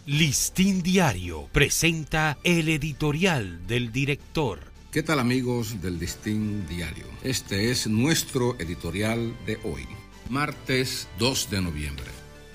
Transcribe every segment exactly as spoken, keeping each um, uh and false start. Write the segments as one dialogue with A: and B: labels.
A: Listín Diario presenta el editorial del director.
B: ¿Qué tal, amigos del Listín Diario? Este es nuestro editorial de hoy, martes dos de noviembre.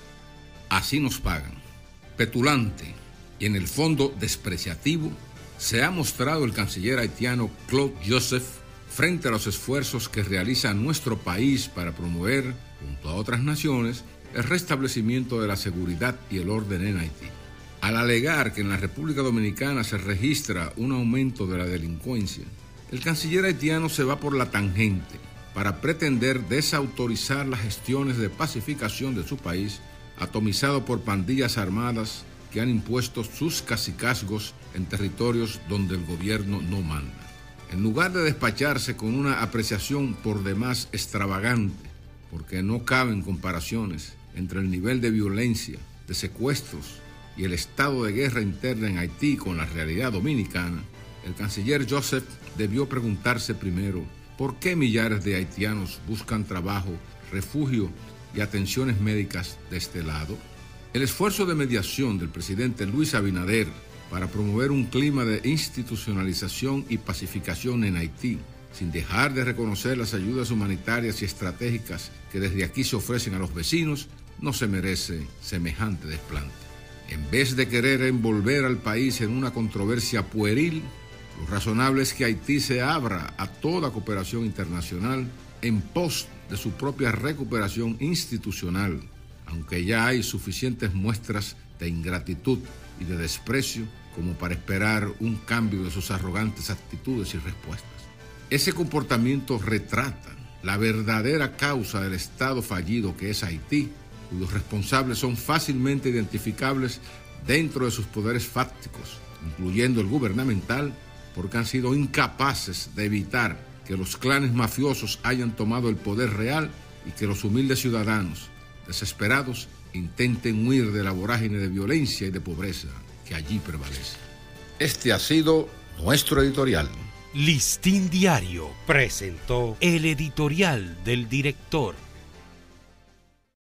B: Así nos pagan. Petulante y en el fondo despreciativo se ha mostrado el canciller haitiano Claude Joseph frente a los esfuerzos que realiza nuestro país para promover, junto a otras naciones, el restablecimiento de la seguridad y el orden en Haití. Al alegar que en la República Dominicana se registra un aumento de la delincuencia, el canciller haitiano se va por la tangente para pretender desautorizar las gestiones de pacificación de su país, atomizado por pandillas armadas que han impuesto sus cacicazgos en territorios donde el gobierno no manda. En lugar de despacharse con una apreciación por demás extravagante, porque no caben comparaciones entre el nivel de violencia, de secuestros y el estado de guerra interna en Haití con la realidad dominicana, el canciller Joseph debió preguntarse primero por qué millares de haitianos buscan trabajo, refugio y atenciones médicas de este lado. El esfuerzo de mediación del presidente Luis Abinader para promover un clima de institucionalización y pacificación en Haití, sin dejar de reconocer las ayudas humanitarias y estratégicas que desde aquí se ofrecen a los vecinos, no se merece semejante desplante. En vez de querer envolver al país en una controversia pueril, lo razonable es que Haití se abra a toda cooperación internacional en pos de su propia recuperación institucional, aunque ya hay suficientes muestras de ingratitud y de desprecio como para esperar un cambio de sus arrogantes actitudes y respuestas. Ese comportamiento retrata la verdadera causa del estado fallido que es Haití, cuyos responsables son fácilmente identificables dentro de sus poderes fácticos, incluyendo el gubernamental, porque han sido incapaces de evitar que los clanes mafiosos hayan tomado el poder real y que los humildes ciudadanos, desesperados, intenten huir de la vorágine de violencia y de pobreza que allí prevalece. Este ha sido nuestro editorial.
A: Listín Diario presentó el editorial del director.